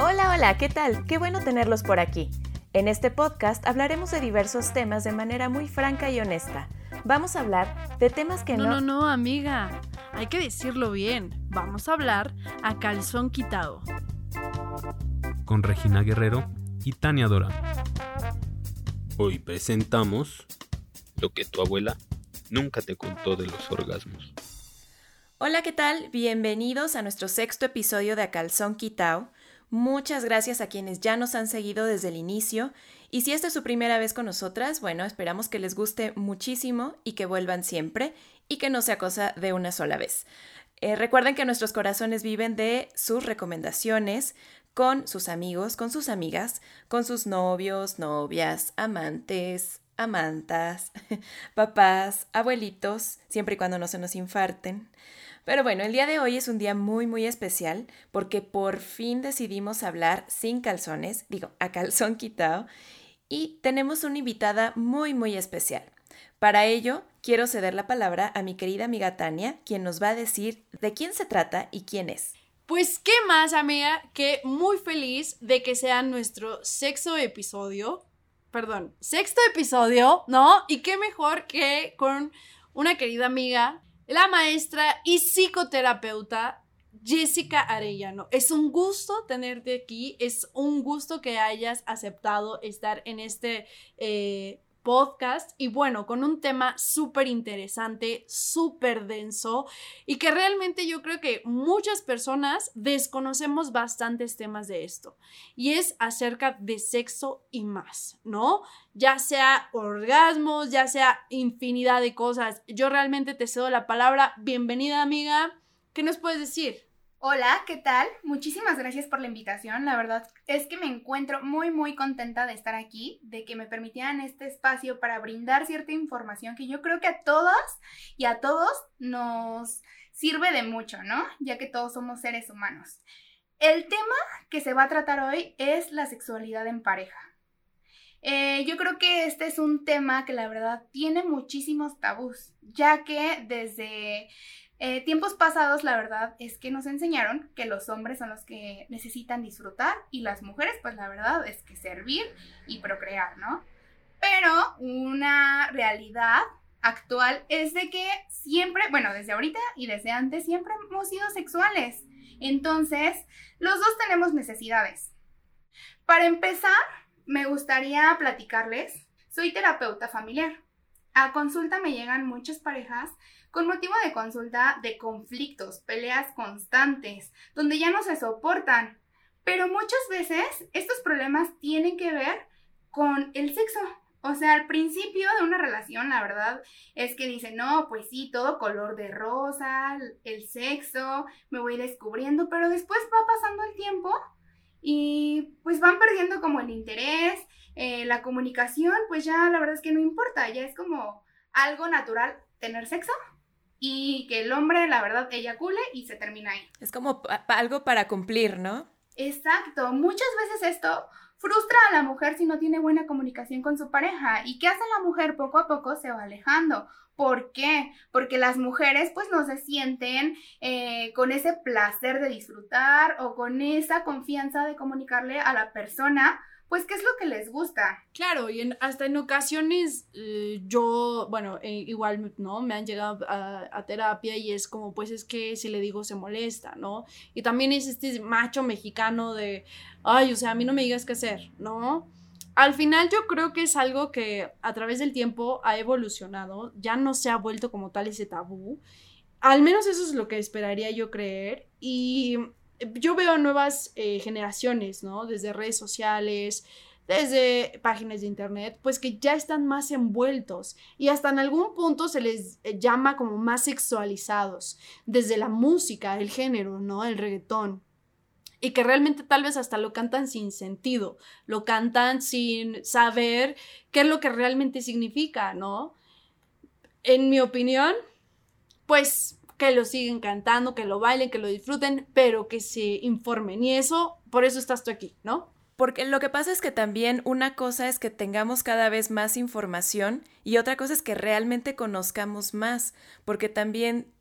Hola, hola, ¿qué tal? Qué bueno tenerlos por aquí. En este podcast hablaremos de diversos temas de manera muy franca y honesta. Vamos a hablar de temas que No, amiga. Hay que decirlo bien. Vamos a hablar a calzón quitado. Con Regina Guerrero y Tania Dora. Hoy presentamos lo que tu abuela nunca te contó de los orgasmos. Hola, ¿qué tal? Bienvenidos a nuestro 6º episodio de A Calzón Quitao. Muchas gracias a quienes ya nos han seguido desde el inicio. Y si esta es su primera vez con nosotras, bueno, esperamos que les guste muchísimo y que vuelvan siempre y que no sea cosa de una sola vez. Recuerden que nuestros corazones viven de sus recomendaciones con sus amigos, con sus amigas, con sus novios, novias, amantes, amantas, papás, abuelitos, siempre y cuando no se nos infarten. Pero bueno, el día de hoy es un día muy especial porque por fin decidimos hablar sin calzones, a calzón quitado, y tenemos una invitada muy especial. Para ello, quiero ceder la palabra a mi querida amiga Tania, quien nos va a decir de quién se trata y quién es. Pues qué más, amiga, que muy feliz de que sea nuestro sexto episodio, ¿no? Y qué mejor que con una querida amiga, la maestra y psicoterapeuta Jessica Arellano. Es un gusto tenerte aquí, es un gusto que hayas aceptado estar en este podcast y bueno, con un tema súper interesante, súper denso y que realmente yo creo que muchas personas desconocemos bastantes temas de esto y es acerca de sexo y más, ¿no? Ya sea orgasmos, ya sea infinidad de cosas. Yo realmente te cedo la palabra. Bienvenida, amiga. ¿Qué nos puedes decir? Hola, ¿qué tal? Muchísimas gracias por la invitación. La verdad es que me encuentro muy contenta de estar aquí, de que me permitieran este espacio para brindar cierta información que yo creo que a todas y a todos nos sirve de mucho, ¿no? Ya que todos somos seres humanos. El tema que se va a tratar hoy es la sexualidad en pareja. Yo creo que este es un tema que la verdad tiene muchísimos tabús, ya que desde tiempos pasados la verdad es que nos enseñaron que los hombres son los que necesitan disfrutar y las mujeres pues la verdad es que servir y procrear, ¿no? Pero una realidad actual es de que siempre, bueno, desde ahorita y desde antes siempre hemos sido sexuales. Entonces, los dos tenemos necesidades. Para empezar, me gustaría platicarles, soy terapeuta familiar. A consulta me llegan muchas parejas con motivo de consulta de conflictos, peleas constantes, donde ya no se soportan. Pero muchas veces estos problemas tienen que ver con el sexo. O sea, al principio de una relación, la verdad es que dicen, no, pues sí, todo color de rosa, el sexo, me voy descubriendo, pero después va pasando el tiempo y pues van perdiendo como el interés, la comunicación, pues ya la verdad es que no importa, ya es como algo natural tener sexo y que el hombre, la verdad, eyacule y se termina ahí. Es como algo para cumplir, ¿no? Exacto, muchas veces esto frustra a la mujer si no tiene buena comunicación con su pareja. ¿Y qué hace la mujer? Poco a poco se va alejando. ¿Por qué? Porque las mujeres pues no se sienten con ese placer de disfrutar o con esa confianza de comunicarle a la persona pues qué es lo que les gusta. Claro, y hasta en ocasiones yo, bueno, igual, ¿no? Me han llegado a terapia y es como, pues es que si le digo se molesta, ¿no? Y también es este macho mexicano de, ay, o sea, a mí no me digas qué hacer, ¿no? Al final yo creo que es algo que a través del tiempo ha evolucionado, ya no se ha vuelto como tal ese tabú. Al menos eso es lo que esperaría yo creer y yo veo nuevas generaciones, ¿no? Desde redes sociales, desde páginas de internet, pues que ya están más envueltos y hasta en algún punto se les llama como más sexualizados, desde la música, el género, ¿no? El reggaetón. Y que realmente tal vez hasta lo cantan sin sentido, lo cantan sin saber qué es lo que realmente significa, ¿no? En mi opinión, pues que lo siguen cantando, que lo bailen, que lo disfruten, pero que se informen. Y eso, por eso estás tú aquí, ¿no? Porque lo que pasa es que también una cosa es que tengamos cada vez más información y otra cosa es que realmente conozcamos más, porque también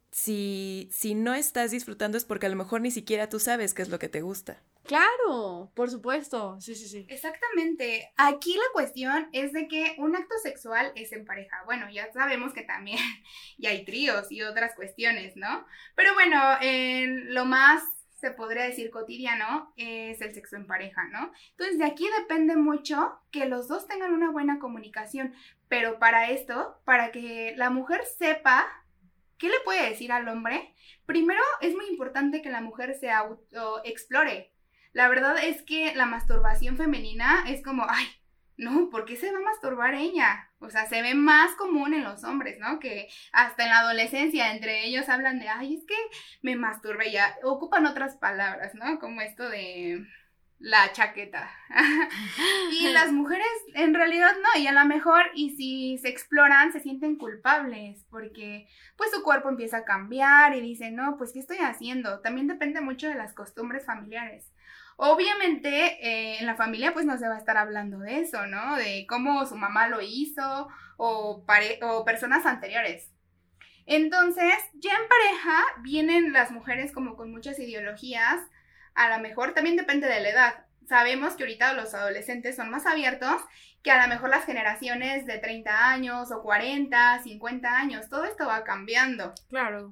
si no estás disfrutando es porque a lo mejor ni siquiera tú sabes qué es lo que te gusta. Claro, por supuesto, sí. Exactamente. Aquí la cuestión es de que un acto sexual es en pareja. Bueno, ya sabemos que también ya hay tríos y otras cuestiones, ¿no? Pero bueno, lo más se podría decir cotidiano es el sexo en pareja, ¿no? Entonces de aquí depende mucho que los dos tengan una buena comunicación, pero para esto, para que la mujer sepa qué le puede decir al hombre, primero es muy importante que la mujer se autoexplore. La verdad es que la masturbación femenina es como, ay, no, ¿por qué se va a masturbar ella? O sea, se ve más común en los hombres, ¿no? Que hasta en la adolescencia entre ellos hablan de, ay, es que me masturbé, ya ocupan otras palabras, ¿no? Como esto de la chaqueta. Y las mujeres en realidad no, y a lo mejor, y si se exploran, se sienten culpables, porque pues su cuerpo empieza a cambiar y dicen, no, pues ¿qué estoy haciendo? También depende mucho de las costumbres familiares. Obviamente en la familia pues no se va a estar hablando de eso, ¿no? De cómo su mamá lo hizo o personas anteriores. Entonces, ya en pareja vienen las mujeres como con muchas ideologías, a lo mejor también depende de la edad. Sabemos que ahorita los adolescentes son más abiertos que a lo mejor las generaciones de 30 años o 40, 50 años. Todo esto va cambiando. Claro.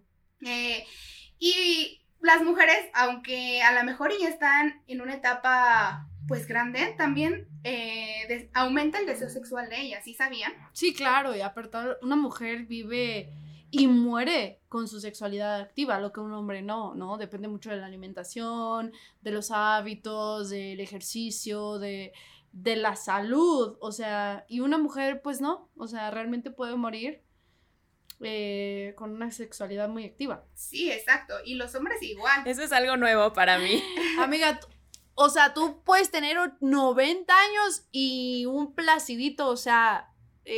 Y las mujeres, aunque a lo mejor ya están en una etapa pues grande, también aumenta el deseo sexual de ellas, ¿sí sabían? Sí, claro, y aparte una mujer vive y muere con su sexualidad activa, lo que un hombre no, depende mucho de la alimentación, de los hábitos, del ejercicio, de la salud, o sea, y una mujer pues no, o sea, realmente puede morir con una sexualidad muy activa. Sí, exacto, y los hombres igual. Eso es algo nuevo para mí. Amiga, o sea, tú puedes tener 90 años y un placidito, o sea,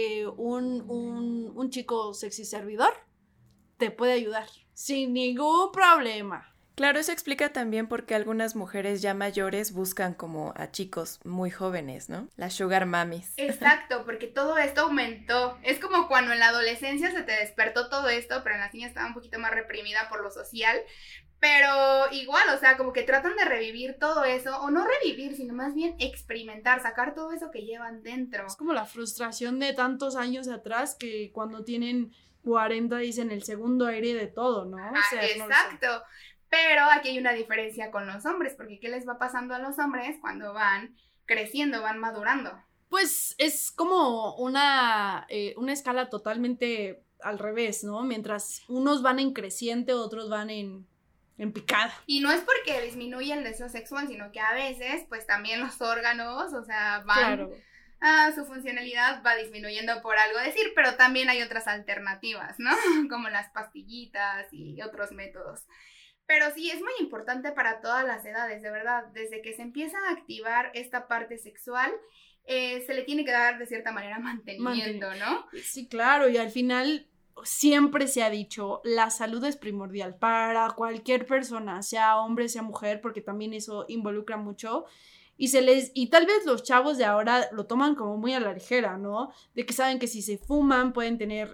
un chico sexy servidor te puede ayudar sin ningún problema. Claro, eso explica también por qué algunas mujeres ya mayores buscan como a chicos muy jóvenes, ¿no? Las sugar mummies. Exacto, porque todo esto aumentó. Es como cuando en la adolescencia se te despertó todo esto, pero en las niñas estaba un poquito más reprimida por lo social. Pero igual, o sea, como que tratan de revivir todo eso, o no revivir, sino más bien experimentar, sacar todo eso que llevan dentro. Es como la frustración de tantos años atrás que cuando tienen 40 dicen el segundo aire de todo, ¿no? O sea, exacto. No sé. Pero aquí hay una diferencia con los hombres, porque ¿qué les va pasando a los hombres cuando van creciendo, van madurando? Pues es como una escala totalmente al revés, ¿no? Mientras unos van en creciente, otros van en picada. Y no es porque disminuye el deseo sexual, sino que a veces, pues también los órganos, o sea, van... Claro. Su funcionalidad va disminuyendo por algo decir, pero también hay otras alternativas, ¿no? Como las pastillitas y otros métodos. Pero sí, es muy importante para todas las edades, de verdad. Desde que se empieza a activar esta parte sexual, se le tiene que dar de cierta manera mantenimiento, ¿no? Sí, claro, y al final siempre se ha dicho, la salud es primordial para cualquier persona, sea hombre, sea mujer, porque también eso involucra mucho. Y tal vez los chavos de ahora lo toman como muy a la ligera, ¿no? De que saben que si se fuman pueden tener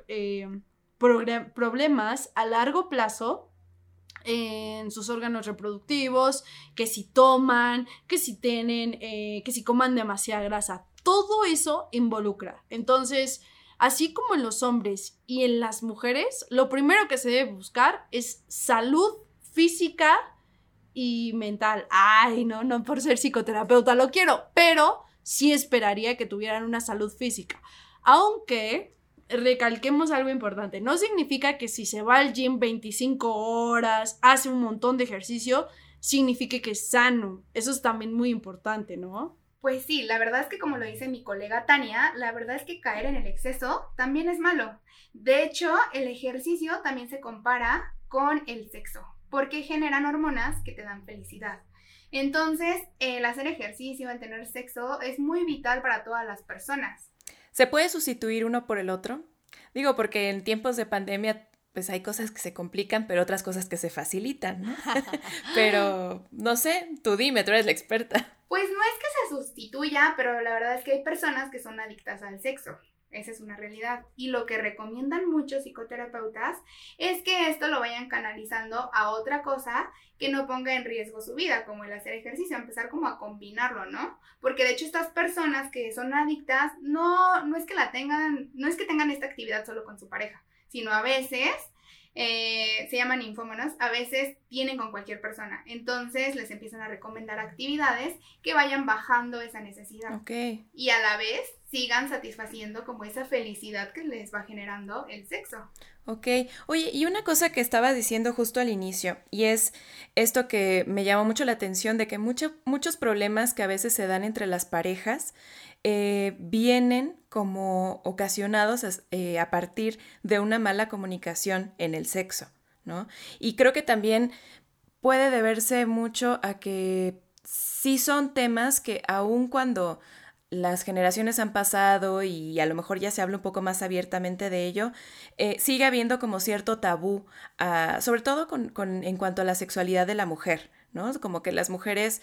problemas a largo plazo en sus órganos reproductivos, que si toman, que si tienen, que si coman demasiada grasa, todo eso involucra. Entonces, así como en los hombres y en las mujeres, lo primero que se debe buscar es salud física y mental. Ay, no por ser psicoterapeuta lo quiero, pero sí esperaría que tuvieran una salud física. Aunque recalquemos algo importante, no significa que si se va al gym 25 horas, hace un montón de ejercicio, signifique que es sano. Eso es también muy importante, ¿no? Pues sí, la verdad es que como lo dice mi colega Tania, la verdad es que caer en el exceso también es malo. De hecho, el ejercicio también se compara con el sexo, porque generan hormonas que te dan felicidad. Entonces, el hacer ejercicio, el tener sexo, es muy vital para todas las personas. ¿Se puede sustituir uno por el otro? Digo, porque en tiempos de pandemia, pues hay cosas que se complican, pero otras cosas que se facilitan, ¿no? Pero, no sé, tú dime, tú eres la experta. Pues no es que se sustituya, pero la verdad es que hay personas que son adictas al sexo. esa es una realidad. Y lo que recomiendan muchos psicoterapeutas es que esto lo vayan canalizando a otra cosa que no ponga en riesgo su vida, como el hacer ejercicio, empezar como a combinarlo, ¿no? Porque de hecho estas personas que son adictas no es que tengan esta actividad solo con su pareja, sino a veces se llaman ninfómanos, a veces tienen con cualquier persona. Entonces les empiezan a recomendar actividades que vayan bajando esa necesidad. Okay. Y a la vez sigan satisfaciendo como esa felicidad que les va generando el sexo. Ok. Oye, y una cosa que estabas diciendo justo al inicio, y es esto que me llamó mucho la atención, de que muchos problemas que a veces se dan entre las parejas vienen como ocasionados a partir de una mala comunicación en el sexo, ¿no? Y creo que también puede deberse mucho a que sí son temas que aun cuando las generaciones han pasado y a lo mejor ya se habla un poco más abiertamente de ello, sigue habiendo como cierto tabú, sobre todo en cuanto a la sexualidad de la mujer, ¿no? Como que las mujeres,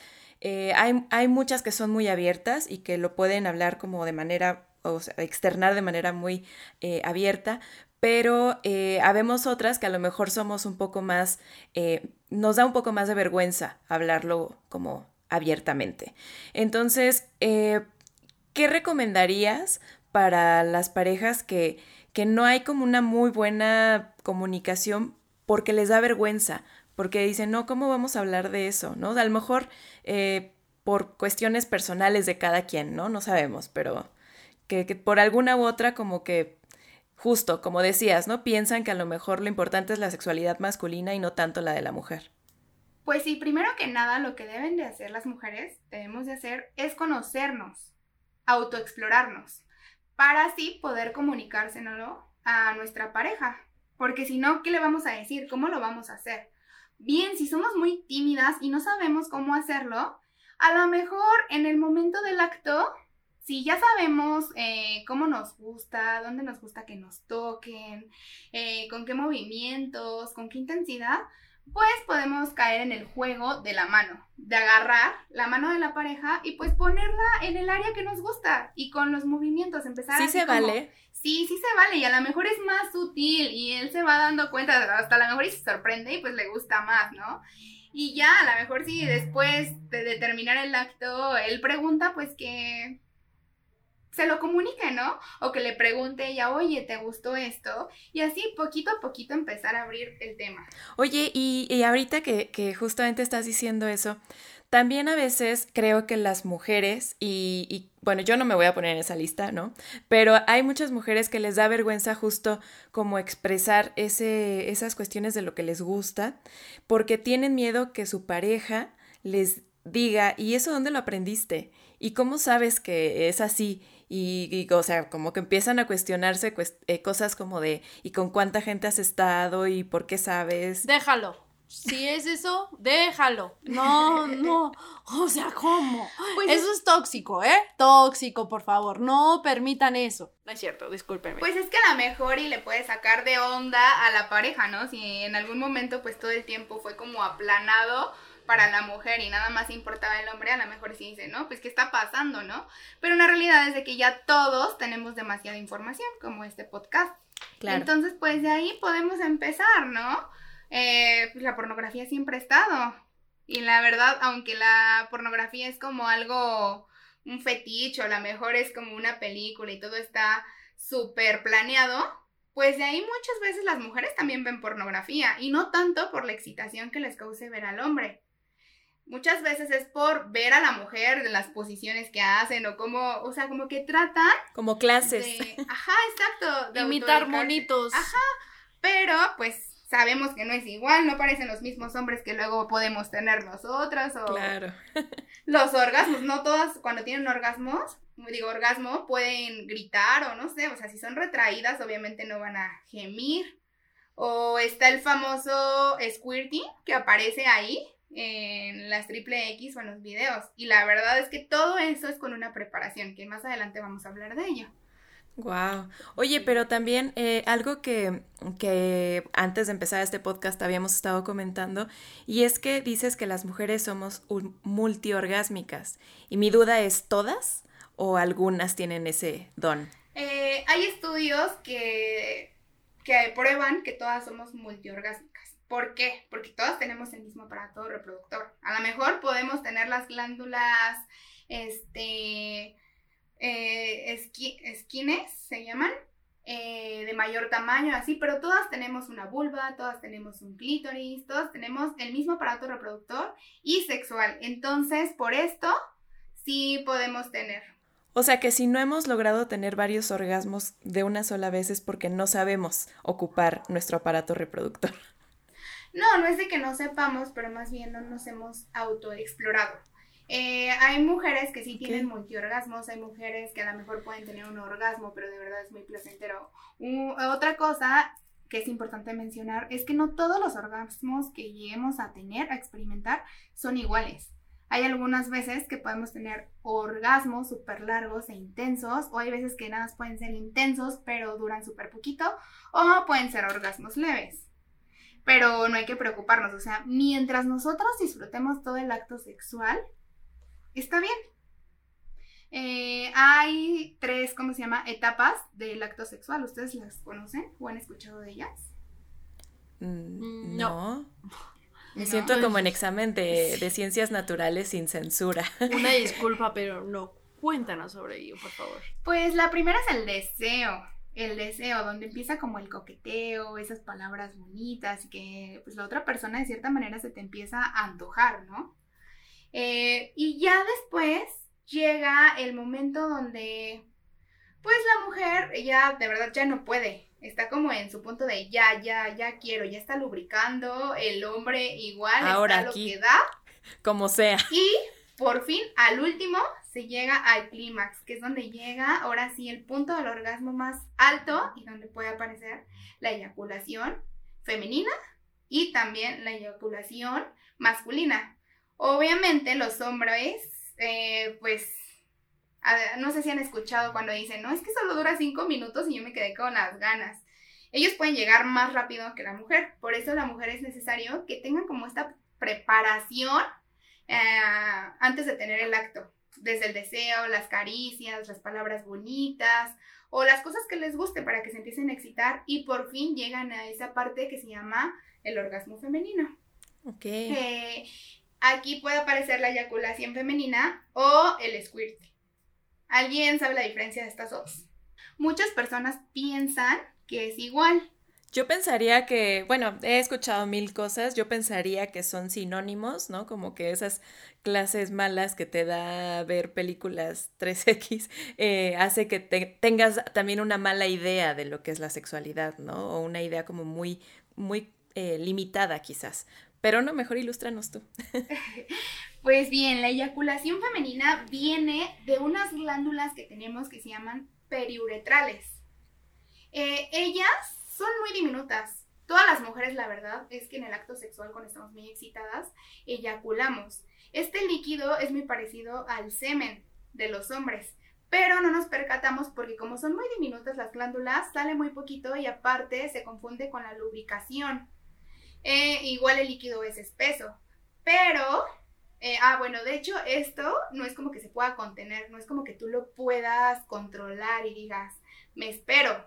hay muchas que son muy abiertas y que lo pueden hablar como de manera, o sea, externar de manera muy abierta, pero habemos otras que a lo mejor somos un poco más, nos da un poco más de vergüenza hablarlo como abiertamente. Entonces, ¿qué recomendarías para las parejas que no hay como una muy buena comunicación porque les da vergüenza? Porque dicen, no, ¿cómo vamos a hablar de eso? ¿No? A lo mejor por cuestiones personales de cada quien, ¿no? No sabemos, pero que por alguna u otra como que, justo, como decías, ¿no? Piensan que a lo mejor lo importante es la sexualidad masculina y no tanto la de la mujer. Pues sí, primero que nada, lo que deben de hacer las mujeres, debemos de hacer, es conocernos, autoexplorarnos, para así poder comunicárselo a nuestra pareja. Porque si no, ¿qué le vamos a decir? ¿Cómo lo vamos a hacer? Bien, si somos muy tímidas y no sabemos cómo hacerlo, a lo mejor en el momento del acto, si ya sabemos cómo nos gusta, dónde nos gusta que nos toquen, con qué movimientos, con qué intensidad, pues podemos caer en el juego de la mano, de agarrar la mano de la pareja y pues ponerla en el área que nos gusta y con los movimientos empezar ¿Sí así se como, vale? Sí se vale y a lo mejor es más sutil y él se va dando cuenta, hasta a lo mejor y se sorprende y pues le gusta más, ¿no? Y ya, a lo mejor si después de terminar el acto él pregunta, pues que se lo comunique, ¿no? O que le pregunte ella, oye, ¿te gustó esto? Y así poquito a poquito empezar a abrir el tema. Oye, y ahorita que justamente estás diciendo eso, también a veces creo que las mujeres, y bueno, yo no me voy a poner en esa lista, ¿no? Pero hay muchas mujeres que les da vergüenza justo como expresar esas cuestiones de lo que les gusta, porque tienen miedo que su pareja les diga, ¿y eso dónde lo aprendiste? ¿Y cómo sabes que es así? Y o sea, como que empiezan a cuestionarse cosas como de ¿y con cuánta gente has estado? ¿Y por qué sabes? Déjalo. Si es eso, déjalo. No. O sea, ¿cómo? Pues eso es tóxico, ¿eh? Tóxico, por favor. No permitan eso. No es cierto, discúlpenme. Pues es que a lo mejor y le puede sacar de onda a la pareja, ¿no? Si en algún momento pues todo el tiempo fue como aplanado para la mujer y nada más importaba el hombre, a lo mejor sí dice, ¿no? Pues ¿qué está pasando, no? Pero una realidad es de que ya todos tenemos demasiada información, como este podcast. Claro. Entonces, pues de ahí podemos empezar, ¿no? Pues la pornografía siempre ha estado. Y la verdad, aunque la pornografía es como algo, un fetiche, o a lo mejor es como una película y todo está súper planeado, pues de ahí muchas veces las mujeres también ven pornografía. Y no tanto por la excitación que les cause ver al hombre. Muchas veces es por ver a la mujer, de las posiciones que hacen o como, o sea, como que tratan como clases. Ajá, exacto. De imitar monitos. Ajá, pero pues sabemos que no es igual, no parecen los mismos hombres que luego podemos tener nosotras o claro. Los orgasmos, no todas cuando tienen orgasmo pueden gritar o no sé, o sea, si son retraídas obviamente no van a gemir. O está el famoso squirting que aparece ahí en las XXX o en los videos. Y la verdad es que todo eso es con una preparación, que más adelante vamos a hablar de ello. Wow. Oye, pero también algo que antes de empezar este podcast habíamos estado comentando, y es que dices que las mujeres somos multiorgásmicas. Y mi duda es, ¿todas o algunas tienen ese don? Hay estudios que prueban que todas somos multiorgásmicas. ¿Por qué? Porque todas tenemos el mismo aparato reproductor. A lo mejor podemos tener las glándulas, esquines, se llaman, de mayor tamaño, así, pero todas tenemos una vulva, todas tenemos un clítoris, todas tenemos el mismo aparato reproductor y sexual. Entonces, por esto, sí podemos tener. O sea que si no hemos logrado tener varios orgasmos de una sola vez es porque no sabemos ocupar nuestro aparato reproductor. No es de que no sepamos, pero más bien no nos hemos autoexplorado. Hay mujeres que sí tienen multiorgasmos, hay mujeres que a lo mejor pueden tener un orgasmo, pero de verdad es muy placentero. Otra cosa que es importante mencionar es que no todos los orgasmos que lleguemos a tener, a experimentar, son iguales. Hay algunas veces que podemos tener orgasmos súper largos e intensos, o hay veces que nada más pueden ser intensos, pero duran súper poquito, o pueden ser orgasmos leves. Pero no hay que preocuparnos, o sea, mientras nosotros disfrutemos todo el acto sexual, está bien. Hay 3, etapas del acto sexual. ¿Ustedes las conocen o han escuchado de ellas? No. Me siento como en examen de ciencias naturales sin censura. Una disculpa, pero no. Cuéntanos sobre ello, por favor. Pues la primera es el deseo. El deseo, donde empieza como el coqueteo, esas palabras bonitas, y que pues la otra persona de cierta manera se te empieza a antojar, ¿no? Y ya después llega el momento donde pues la mujer ya de verdad ya no puede, está como en su punto de ya quiero, ya está lubricando, el hombre igual ahora está aquí, lo que da, como sea. Y por fin al último se llega al clímax, que es donde llega ahora sí el punto del orgasmo más alto y donde puede aparecer la eyaculación femenina y también la eyaculación masculina. Obviamente los hombres, pues, no sé si han escuchado cuando dicen, no, es que solo dura 5 minutos y yo me quedé con las ganas. Ellos pueden llegar más rápido que la mujer, por eso la mujer es necesario que tengan como esta preparación antes de tener el acto. Desde el deseo, las caricias, las palabras bonitas o las cosas que les guste para que se empiecen a excitar y por fin llegan a esa parte que se llama el orgasmo femenino. Ok. Aquí puede aparecer la eyaculación femenina o el squirt. ¿Alguien sabe la diferencia de estas dos? Muchas personas piensan que es igual. Yo pensaría que, bueno, he escuchado 1000 cosas, yo pensaría que son sinónimos, ¿no? Como que esas clases malas que te da ver películas 3X hace que tengas también una mala idea de lo que es la sexualidad, ¿no? O una idea como muy limitada quizás. Pero no, mejor ilústranos tú. Pues bien, la eyaculación femenina viene de unas glándulas que tenemos que se llaman periuretrales. Ellas son muy diminutas. Todas las mujeres, la verdad, es que en el acto sexual, cuando estamos muy excitadas, eyaculamos. Este líquido es muy parecido al semen de los hombres, pero no nos percatamos porque como son muy diminutas las glándulas, sale muy poquito y aparte se confunde con la lubricación. Igual el líquido es espeso, pero, bueno, de hecho esto no es como que se pueda contener, no es como que tú lo puedas controlar y digas, me espero.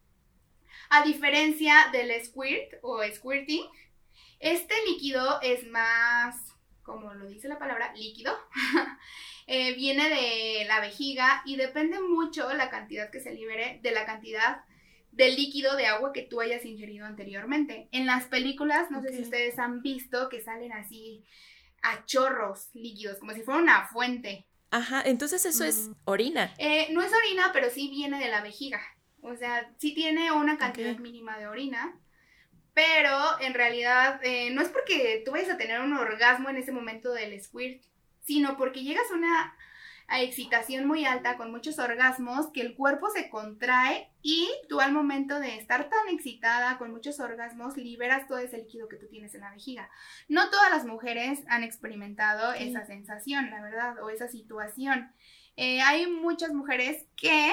A diferencia del squirt o squirting, este líquido es más, como lo dice la palabra, líquido. Viene de la vejiga y depende mucho la cantidad que se libere de la cantidad del líquido de agua que tú hayas ingerido anteriormente. En las películas, no sé si ustedes han visto que salen así a chorros líquidos, como si fuera una fuente. Ajá, entonces eso es orina. No es orina, pero sí viene de la vejiga. O sea, sí tiene una cantidad mínima de orina, pero en realidad no es porque tú vayas a tener un orgasmo en ese momento del squirt, sino porque llegas a una excitación muy alta con muchos orgasmos que el cuerpo se contrae y tú al momento de estar tan excitada con muchos orgasmos liberas todo ese líquido que tú tienes en la vejiga. No todas las mujeres han experimentado esa sensación, la verdad, o esa situación. Hay muchas mujeres que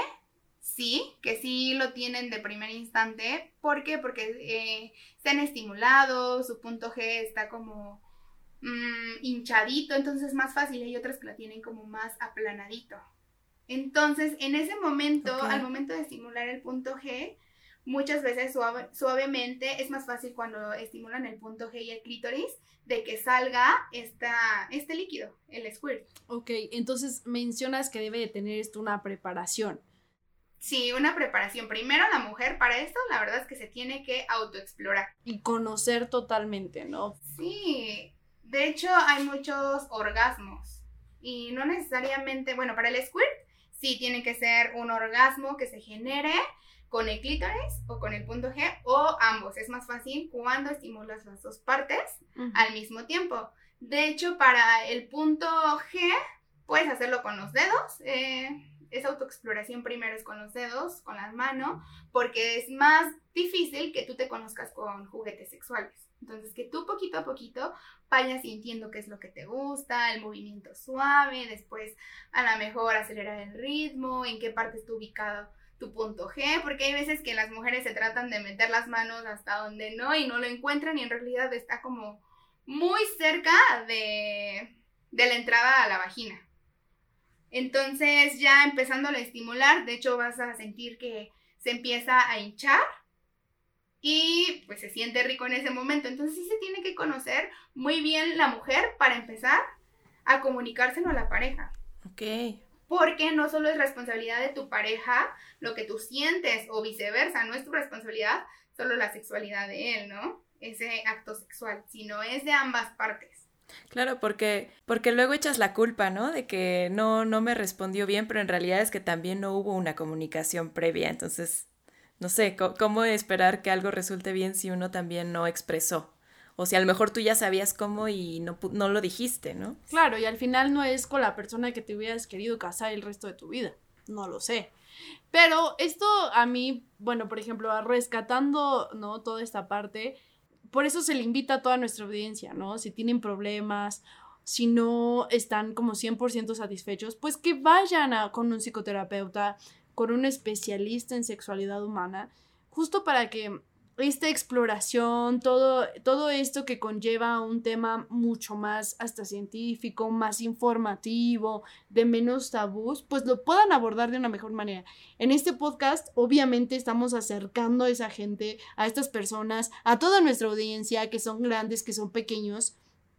sí lo tienen de primer instante. ¿Por qué? Porque se han estimulado, su punto G está como hinchadito, entonces es más fácil. Hay otras que la tienen como más aplanadito. Entonces, en ese momento, Ok. al momento de estimular el punto G, muchas veces suavemente es más fácil cuando estimulan el punto G y el clítoris de que salga este líquido, el squirt. Ok, entonces mencionas que debe de tener esto una preparación. Sí, una preparación. Primero la mujer para esto, la verdad es que se tiene que autoexplorar. Y conocer totalmente, ¿no? Sí, de hecho hay muchos orgasmos y no necesariamente, bueno, para el squirt sí tiene que ser un orgasmo que se genere con el clítoris o con el punto G o ambos. Es más fácil cuando estimulas las dos partes al mismo tiempo. De hecho, para el punto G puedes hacerlo con los dedos. Esa autoexploración primero es con los dedos, con las manos, porque es más difícil que tú te conozcas con juguetes sexuales. Entonces, que tú poquito a poquito vayas sintiendo qué es lo que te gusta, el movimiento suave, después a lo mejor acelerar el ritmo, en qué parte está ubicado tu punto G, porque hay veces que las mujeres se tratan de meter las manos hasta donde no y no lo encuentran y en realidad está como muy cerca de la entrada a la vagina. Entonces ya empezándolo a estimular, de hecho vas a sentir que se empieza a hinchar y pues se siente rico en ese momento. Entonces sí se tiene que conocer muy bien la mujer para empezar a comunicárselo a la pareja. Ok. Porque no solo es responsabilidad de tu pareja lo que tú sientes o viceversa, no es tu responsabilidad solo la sexualidad de él, ¿no? Ese acto sexual, sino es de ambas partes. Claro, porque luego echas la culpa, ¿no? De que no me respondió bien, pero en realidad es que también no hubo una comunicación previa. Entonces, no sé, ¿cómo esperar que algo resulte bien si uno también no expresó? O si a lo mejor tú ya sabías cómo y no lo dijiste, ¿no? Claro, y al final no es con la persona que te hubieras querido casar el resto de tu vida. No lo sé. Pero esto a mí, bueno, por ejemplo, rescatando, ¿no? Toda esta parte, por eso se le invita a toda nuestra audiencia, ¿no? Si tienen problemas, si no están como 100% satisfechos, pues que vayan con un psicoterapeuta, con un especialista en sexualidad humana, justo para que esta exploración, todo esto que conlleva un tema mucho más hasta científico, más informativo, de menos tabús, pues lo puedan abordar de una mejor manera. En este podcast, obviamente, estamos acercando a esa gente, a estas personas, a toda nuestra audiencia, que son grandes, que son pequeños,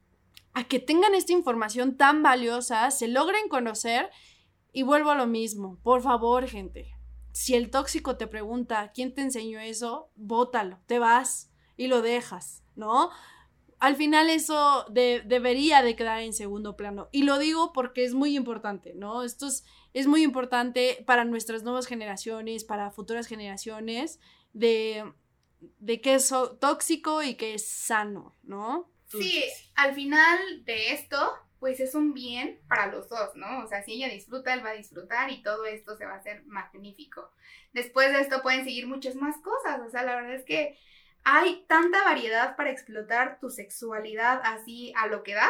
a que tengan esta información tan valiosa, se logren conocer y vuelvo a lo mismo. Por favor, gente. Si el tóxico te pregunta quién te enseñó eso, bótalo, te vas y lo dejas, ¿no? Al final eso debería de quedar en segundo plano. Y lo digo porque es muy importante, ¿no? Esto es muy importante para nuestras nuevas generaciones, para futuras generaciones, de qué es tóxico y qué es sano, ¿no? Sí, al final de esto, pues es un bien para los dos, ¿no? O sea, si ella disfruta, él va a disfrutar y todo esto se va a hacer magnífico. Después de esto pueden seguir muchas más cosas, o sea, la verdad es que hay tanta variedad para explotar tu sexualidad así a lo que da,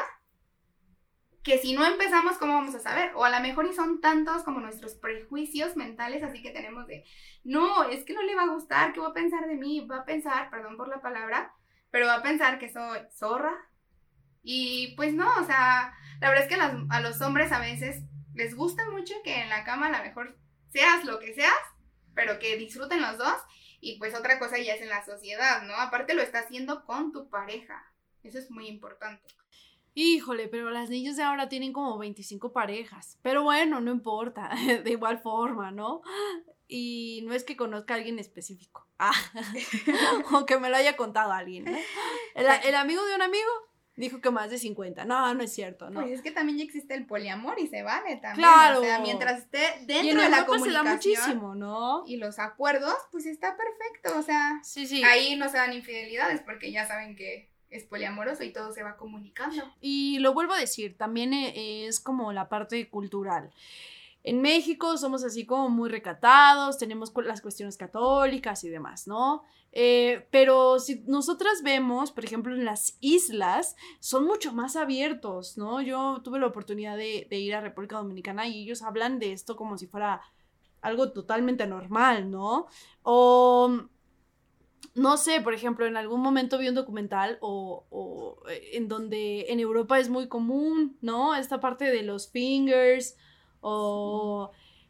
que si no empezamos, ¿cómo vamos a saber? O a lo mejor y son tantos como nuestros prejuicios mentales, así que tenemos de, no, es que no le va a gustar, ¿qué va a pensar de mí? Va a pensar, perdón por la palabra, pero va a pensar que soy zorra. Y pues no, o sea, la verdad es que a los hombres a veces les gusta mucho que en la cama a lo mejor seas lo que seas, pero que disfruten los dos. Y pues otra cosa ya es en la sociedad, ¿no? Aparte lo está haciendo con tu pareja. Eso es muy importante. Híjole, pero las niñas de ahora tienen como 25 parejas. Pero bueno, no importa, de igual forma, ¿no? Y no es que conozca a alguien específico. O que me lo haya contado alguien, ¿no? El amigo de un amigo dijo que más de 50. No, no es cierto, ¿no? Pues es que también ya existe el poliamor y se vale también. Claro. O sea, mientras esté Y dentro en de la Europa se da comunicación muchísimo, ¿no? y los acuerdos, pues está perfecto. O sea, Sí. ahí no se dan infidelidades porque ya saben que es poliamoroso y todo se va comunicando. Y lo vuelvo a decir, también es como la parte cultural. En México somos así como muy recatados, tenemos las cuestiones católicas y demás, ¿no? Pero si nosotras vemos, por ejemplo, en las islas, son mucho más abiertos, ¿no? Yo tuve la oportunidad de ir a República Dominicana y ellos hablan de esto como si fuera algo totalmente normal, ¿no? O, no sé, por ejemplo, en algún momento vi un documental o en donde en Europa es muy común, ¿no? Esta parte de los fingers o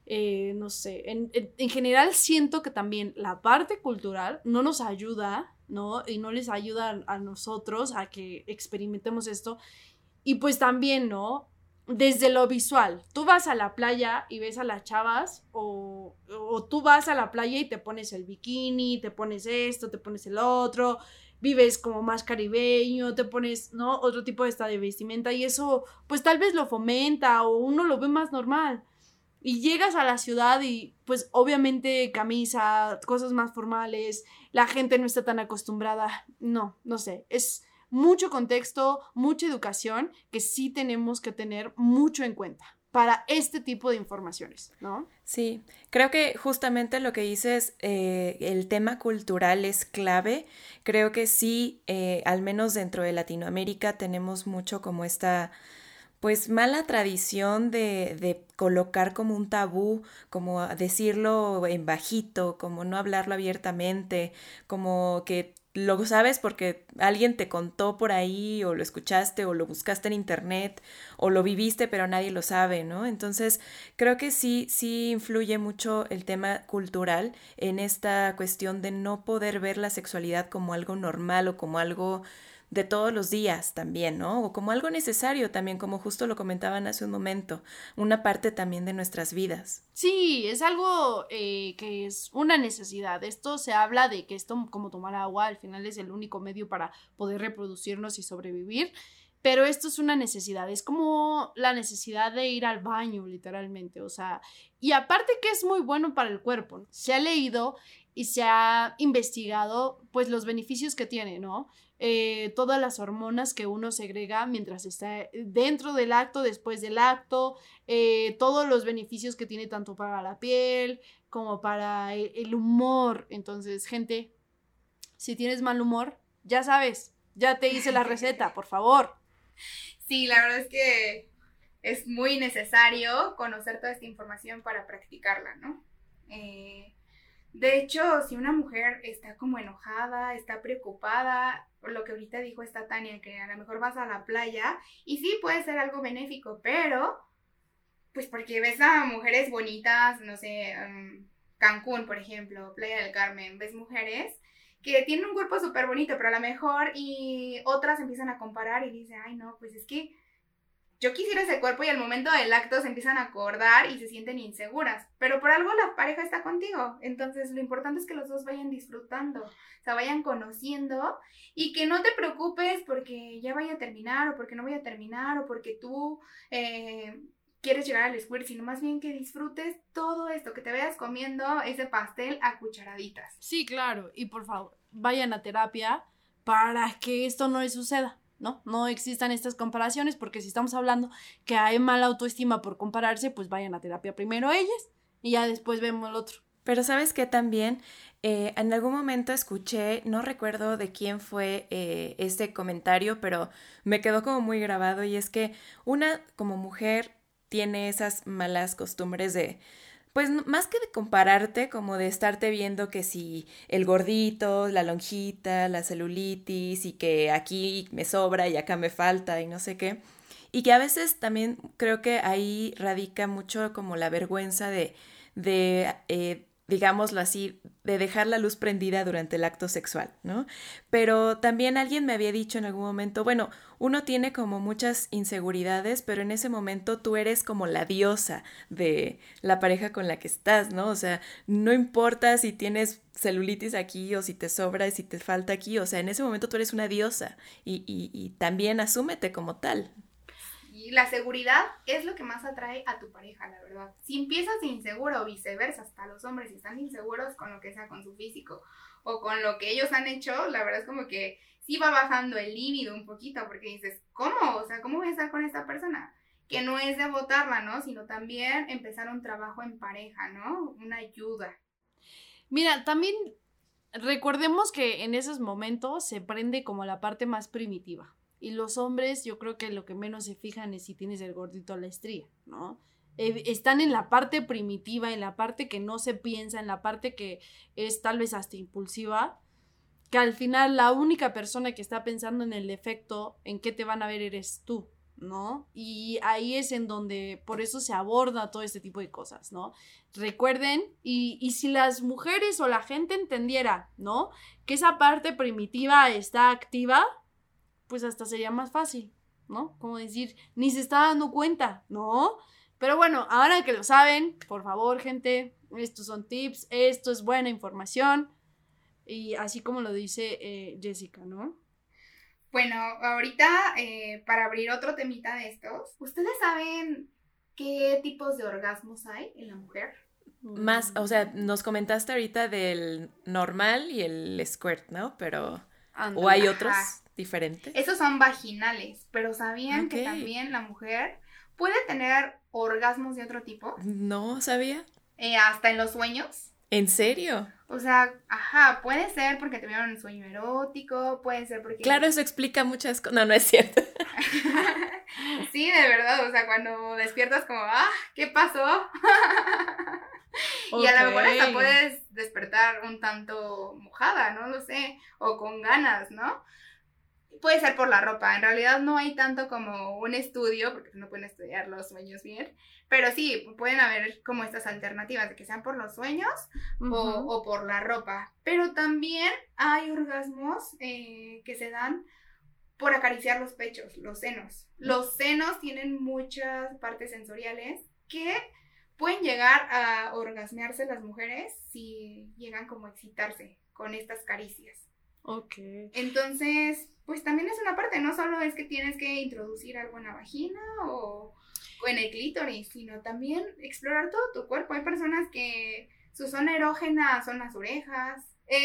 no sé, en general siento que también la parte cultural no nos ayuda, ¿no? Y no les ayuda a nosotros a que experimentemos esto. Y pues también, ¿no? Desde lo visual, tú vas a la playa y ves a las chavas o tú vas a la playa y te pones el bikini, te pones esto, te pones el otro, vives como más caribeño, te pones, ¿no? Otro tipo de vestimenta y eso pues tal vez lo fomenta o uno lo ve más normal. Y llegas a la ciudad y pues obviamente camisa, cosas más formales, la gente no está tan acostumbrada, no sé, es mucho contexto, mucha educación que sí tenemos que tener mucho en cuenta para este tipo de informaciones, ¿no? Sí, creo que justamente lo que dices, el tema cultural es clave. Creo que sí, al menos dentro de Latinoamérica tenemos mucho como esta pues mala tradición de colocar como un tabú, como decirlo en bajito, como no hablarlo abiertamente, como que lo sabes porque alguien te contó por ahí o lo escuchaste o lo buscaste en internet o lo viviste pero nadie lo sabe, ¿no? Entonces creo que sí, sí influye mucho el tema cultural en esta cuestión de no poder ver la sexualidad como algo normal o como algo de todos los días también, ¿no? O como algo necesario también, como justo lo comentaban hace un momento, una parte también de nuestras vidas. Sí, es algo que es una necesidad. Esto se habla de que esto, como tomar agua, al final es el único medio para poder reproducirnos y sobrevivir, pero esto es una necesidad, es como la necesidad de ir al baño, literalmente, o sea, y aparte que es muy bueno para el cuerpo, ¿no? Se ha leído y se ha investigado, pues, los beneficios que tiene, ¿no? Todas las hormonas que uno segrega mientras está dentro del acto, después del acto, todos los beneficios que tiene tanto para la piel como para el humor. Entonces, gente, si tienes mal humor, ya sabes, ya te hice la receta, por favor. Sí, la verdad es que es muy necesario conocer toda esta información para practicarla, ¿no? De hecho, si una mujer está como enojada, está preocupada, por lo que ahorita dijo esta Tania, que a lo mejor vas a la playa, y sí puede ser algo benéfico, pero pues porque ves a mujeres bonitas, no sé, Cancún, por ejemplo, Playa del Carmen, ves mujeres que tienen un cuerpo súper bonito, pero a lo mejor y otras empiezan a comparar y dicen, ay no, pues es que yo quisiera ese cuerpo y al momento del acto se empiezan a acordar y se sienten inseguras, pero por algo la pareja está contigo, entonces lo importante es que los dos vayan disfrutando, o sea, vayan conociendo y que no te preocupes porque ya vaya a terminar o porque no voy a terminar o porque tú quieres llegar al squirt, sino más bien que disfrutes todo esto, que te vayas comiendo ese pastel a cucharaditas. Sí, claro, y por favor, vayan a terapia para que esto no les suceda. No existan estas comparaciones, porque si estamos hablando que hay mala autoestima por compararse, pues vayan a terapia primero ellas y ya después vemos el otro. Pero sabes que también en algún momento escuché, no recuerdo de quién fue este comentario, pero me quedó como muy grabado y es que una como mujer tiene esas malas costumbres de pues más que de compararte, como de estarte viendo que si el gordito, la lonjita, la celulitis y que aquí me sobra y acá me falta y no sé qué. Y que a veces también creo que ahí radica mucho como la vergüenza de digámoslo así, de dejar la luz prendida durante el acto sexual, ¿no? Pero también alguien me había dicho en algún momento, bueno, uno tiene como muchas inseguridades, pero en ese momento tú eres como la diosa de la pareja con la que estás, ¿no? O sea, no importa si tienes celulitis aquí o si te sobra y si te falta aquí, o sea, en ese momento tú eres una diosa y también asúmete como tal. Y la seguridad es lo que más atrae a tu pareja, la verdad. Si empiezas inseguro o viceversa, hasta los hombres están inseguros con lo que sea, con su físico o con lo que ellos han hecho, la verdad es como que sí va bajando el líbido un poquito, porque dices, ¿cómo? O sea, ¿cómo voy a estar con esta persona? Que no es de botarla, ¿no? Sino también empezar un trabajo en pareja, ¿no? Una ayuda. Mira, también recordemos que en esos momentos se prende como la parte más primitiva. Y los hombres, yo creo que lo que menos se fijan es si tienes el gordito o la estría, ¿no? Están en la parte primitiva, en la parte que no se piensa, en la parte que es tal vez hasta impulsiva, que al final la única persona que está pensando en el defecto, en qué te van a ver, eres tú, ¿no? Y ahí es en donde por eso se aborda todo este tipo de cosas, ¿no? Recuerden, y si las mujeres o la gente entendiera, ¿no? Que esa parte primitiva está activa, pues hasta sería más fácil, ¿no? Como decir, ni se está dando cuenta, ¿no? Pero bueno, ahora que lo saben, por favor, gente, estos son tips, esto es buena información, y así como lo dice Jessica, ¿no? Bueno, ahorita para abrir otro temita de estos, ¿ustedes saben qué tipos de orgasmos hay en la mujer? Más, o sea, nos comentaste ahorita del normal y el squirt, ¿no? Pero, ¿o hay otros diferentes? Esos son vaginales, pero ¿sabían que también la mujer puede tener orgasmos de otro tipo? No sabía. Hasta en los sueños. ¿En serio? O sea, puede ser porque tuvieron un sueño erótico, puede ser porque... Claro, eso explica muchas cosas. No es cierto. Sí, de verdad, o sea, cuando despiertas como, ¿qué pasó? Y a lo mejor hasta puedes despertar un tanto mojada, no lo sé, o con ganas, ¿no? Puede ser por la ropa, en realidad no hay tanto como un estudio, porque no pueden estudiar los sueños bien, pero sí, pueden haber como estas alternativas de que sean por los sueños o por la ropa, pero también hay orgasmos que se dan por acariciar los pechos, los senos. Los senos tienen muchas partes sensoriales que pueden llegar a orgasmearse las mujeres si llegan como a excitarse con estas caricias. Ok. Entonces, pues también es una parte, no solo es que tienes que introducir algo en la vagina o en el clítoris, sino también explorar todo tu cuerpo. Hay personas que su zona erógena son las orejas.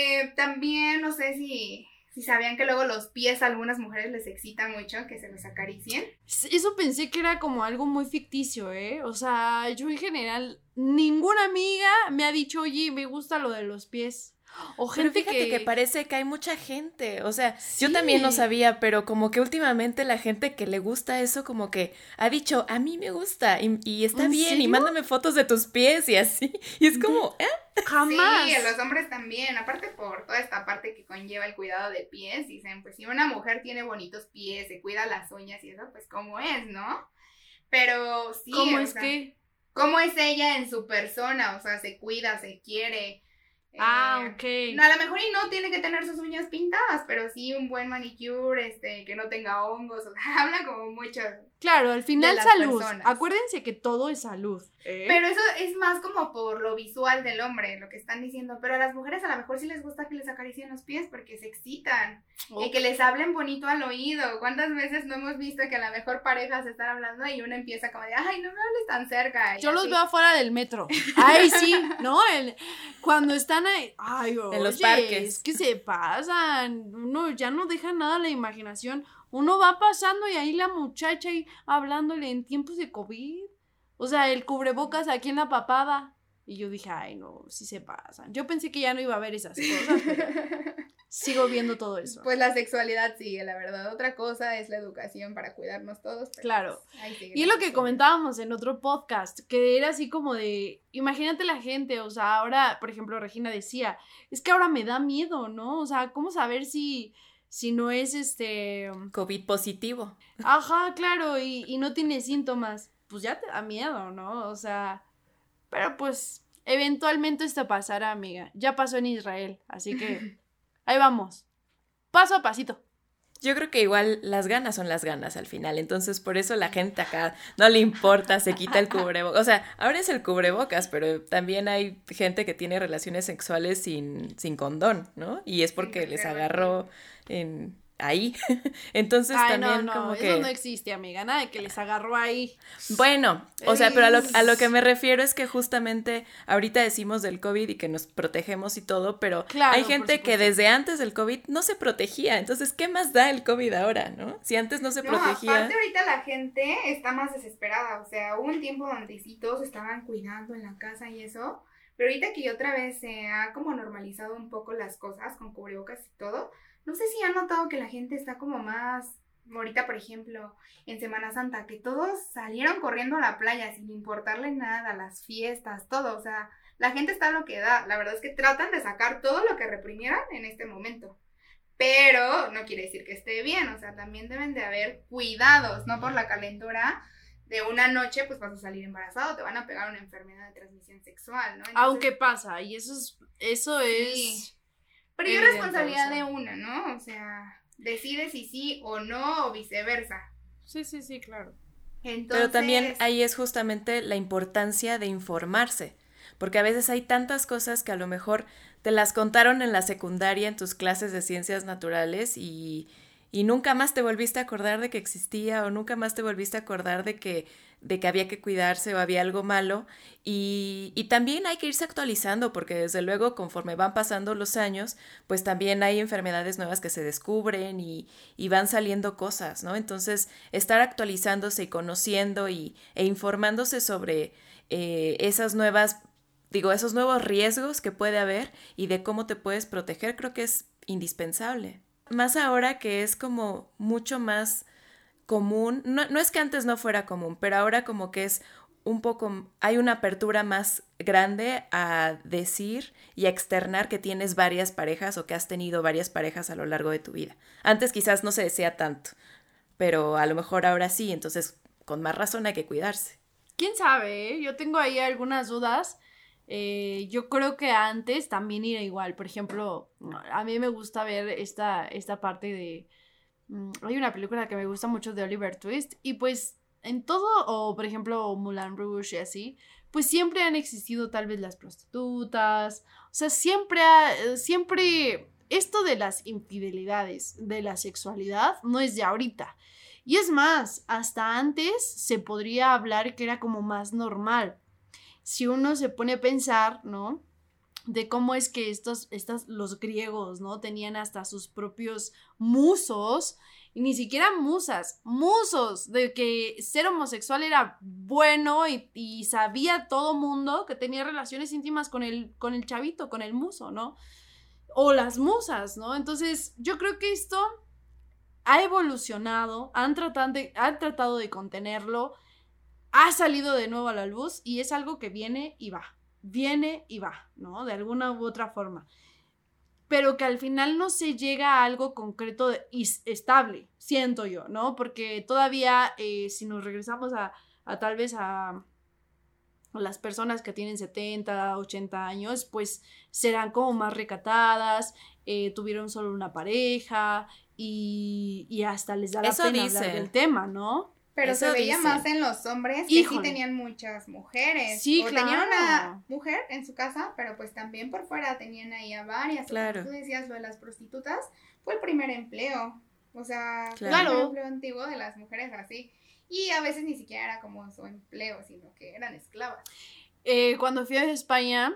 También, no sé si sabían que luego los pies a algunas mujeres les excita mucho que se los acaricien. Eso pensé que era como algo muy ficticio, ¿eh? O sea, yo en general, ninguna amiga me ha dicho, oye, me gusta lo de los pies. O gente pero fíjate que parece que hay mucha gente, o sea, sí. Yo también no sabía, pero como que últimamente la gente que le gusta eso como que ha dicho, a mí me gusta y está bien, ¿serio? Y mándame fotos de tus pies y así, y es como, Jamás. Sí, a los hombres también, aparte por toda esta parte que conlleva el cuidado de pies, dicen, pues si una mujer tiene bonitos pies, se cuida las uñas y eso, pues cómo es, ¿no? Pero sí, ¿cómo es que? ¿Cómo es ella en su persona? O sea, se cuida, se quiere. Ok. No, a lo mejor y no tiene que tener sus uñas pintadas, pero sí un buen manicure, que no tenga hongos, o sea, habla como mucho. Claro, al final salud. Personas. Acuérdense que todo es salud. Pero eso es más como por lo visual del hombre, lo que están diciendo. Pero a las mujeres a lo mejor sí les gusta que les acaricien los pies porque se excitan. Y que les hablen bonito al oído. ¿Cuántas veces no hemos visto que a la mejor pareja se están hablando y uno empieza como de, ay, no me hables tan cerca? Yo los veo afuera del metro. Ay, sí, ¿no? Cuando están ahí, ay, oye, en los parques. Es que se pasan. Uno ya no deja nada a la imaginación. Uno va pasando y ahí la muchacha ahí hablándole en tiempos de COVID. O sea, el cubrebocas aquí en la papada. Y yo dije, ay, no, sí se pasan. Yo pensé que ya no iba a haber esas cosas, pero sigo viendo todo eso. Pues la sexualidad sigue, la verdad. Otra cosa es la educación para cuidarnos todos. Claro. Y es lo que comentábamos en otro podcast, que era así como de, imagínate la gente, o sea, ahora, por ejemplo, Regina decía, es que ahora me da miedo, ¿no? O sea, ¿cómo saber si no es COVID positivo? Ajá, claro, y no tiene síntomas. Pues ya te da miedo, ¿no? O sea, pero pues eventualmente esto pasará, amiga. Ya pasó en Israel, así que ahí vamos, paso a pasito. Yo creo que igual las ganas son las ganas al final, entonces por eso la gente acá no le importa, se quita el cubrebocas. O sea, ahora es el cubrebocas, pero también hay gente que tiene relaciones sexuales sin condón, ¿no? Y es porque les agarró ahí. Entonces también no, como eso que... no existe, amiga, nada de que les agarró ahí. Bueno, o sea, pero a lo que me refiero es que justamente ahorita decimos del COVID y que nos protegemos y todo, pero claro, hay gente que desde antes del COVID no se protegía, entonces, ¿qué más da el COVID ahora, no? Si antes no se protegía... aparte ahorita la gente está más desesperada, o sea, hubo un tiempo donde sí todos estaban cuidando en la casa y eso, pero ahorita que otra vez se ha como normalizado un poco las cosas con cubrebocas y todo. No sé si han notado que la gente está como más, ahorita por ejemplo, en Semana Santa, que todos salieron corriendo a la playa sin importarle nada, las fiestas, todo, o sea, la gente está a lo que da, la verdad es que tratan de sacar todo lo que reprimieran en este momento, pero no quiere decir que esté bien, o sea, también deben de haber cuidados, no por la calentura de una noche, pues vas a salir embarazado, te van a pegar una enfermedad de transmisión sexual, ¿no? Entonces, aunque pasa, y eso sí. es Pero ya es evidente, responsabilidad o sea. de una, ¿no? O sea, decide si sí o no, o viceversa. Sí, claro. Entonces, Pero también ahí es justamente la importancia de informarse, porque a veces hay tantas cosas que a lo mejor te las contaron en la secundaria en tus clases de ciencias naturales y nunca más te volviste a acordar de que existía o nunca más te volviste a acordar de que había que cuidarse o había algo malo y también hay que irse actualizando porque desde luego conforme van pasando los años pues también hay enfermedades nuevas que se descubren y van saliendo cosas, ¿no? Entonces estar actualizándose y conociendo e informándose sobre esas nuevas, digo, esos nuevos riesgos que puede haber y de cómo te puedes proteger creo que es indispensable. Más ahora que es como mucho más común, no es que antes no fuera común, pero ahora como que es un poco, hay una apertura más grande a decir y a externar que tienes varias parejas o que has tenido varias parejas a lo largo de tu vida. Antes quizás no se decía tanto, pero a lo mejor ahora sí, entonces con más razón hay que cuidarse. ¿Quién sabe? ¿Eh? Yo tengo ahí algunas dudas. Yo creo que antes también era igual. Por ejemplo, a mí me gusta ver esta parte de... Hay una película que me gusta mucho de Oliver Twist y pues en todo, o por ejemplo Moulin Rouge y así, pues siempre han existido tal vez las prostitutas. O sea, siempre esto de las infidelidades, de la sexualidad, no es de ahorita. Y es más, hasta antes se podría hablar que era como más normal. Si uno se pone a pensar, ¿no? De cómo es que los griegos, ¿no? Tenían hasta sus propios musos, y ni siquiera musas, musos, de que ser homosexual era bueno y sabía todo mundo que tenía relaciones íntimas con el chavito, con el muso, ¿no? O las musas, ¿no? Entonces, yo creo que esto ha evolucionado, han tratado de contenerlo, ha salido de nuevo a la luz y es algo que viene y va, ¿no? De alguna u otra forma. Pero que al final no se llega a algo concreto y estable, siento yo, ¿no? Porque todavía, si nos regresamos a tal vez a las personas que tienen 70, 80 años, pues serán como más recatadas, tuvieron solo una pareja y hasta les da la Eso pena dicen. hablar del tema, ¿no? pero eso se veía dicen. más en los hombres que Híjole. sí tenían muchas mujeres. Sí, o tenían claro. una mujer en su casa, pero pues también por fuera tenían ahí a varias. Claro. O como tú decías, lo de las prostitutas fue el primer empleo. O sea, fue el Claro. primer empleo antiguo de las mujeres así. Y a veces ni siquiera era como su empleo, sino que eran esclavas. Cuando fui a España,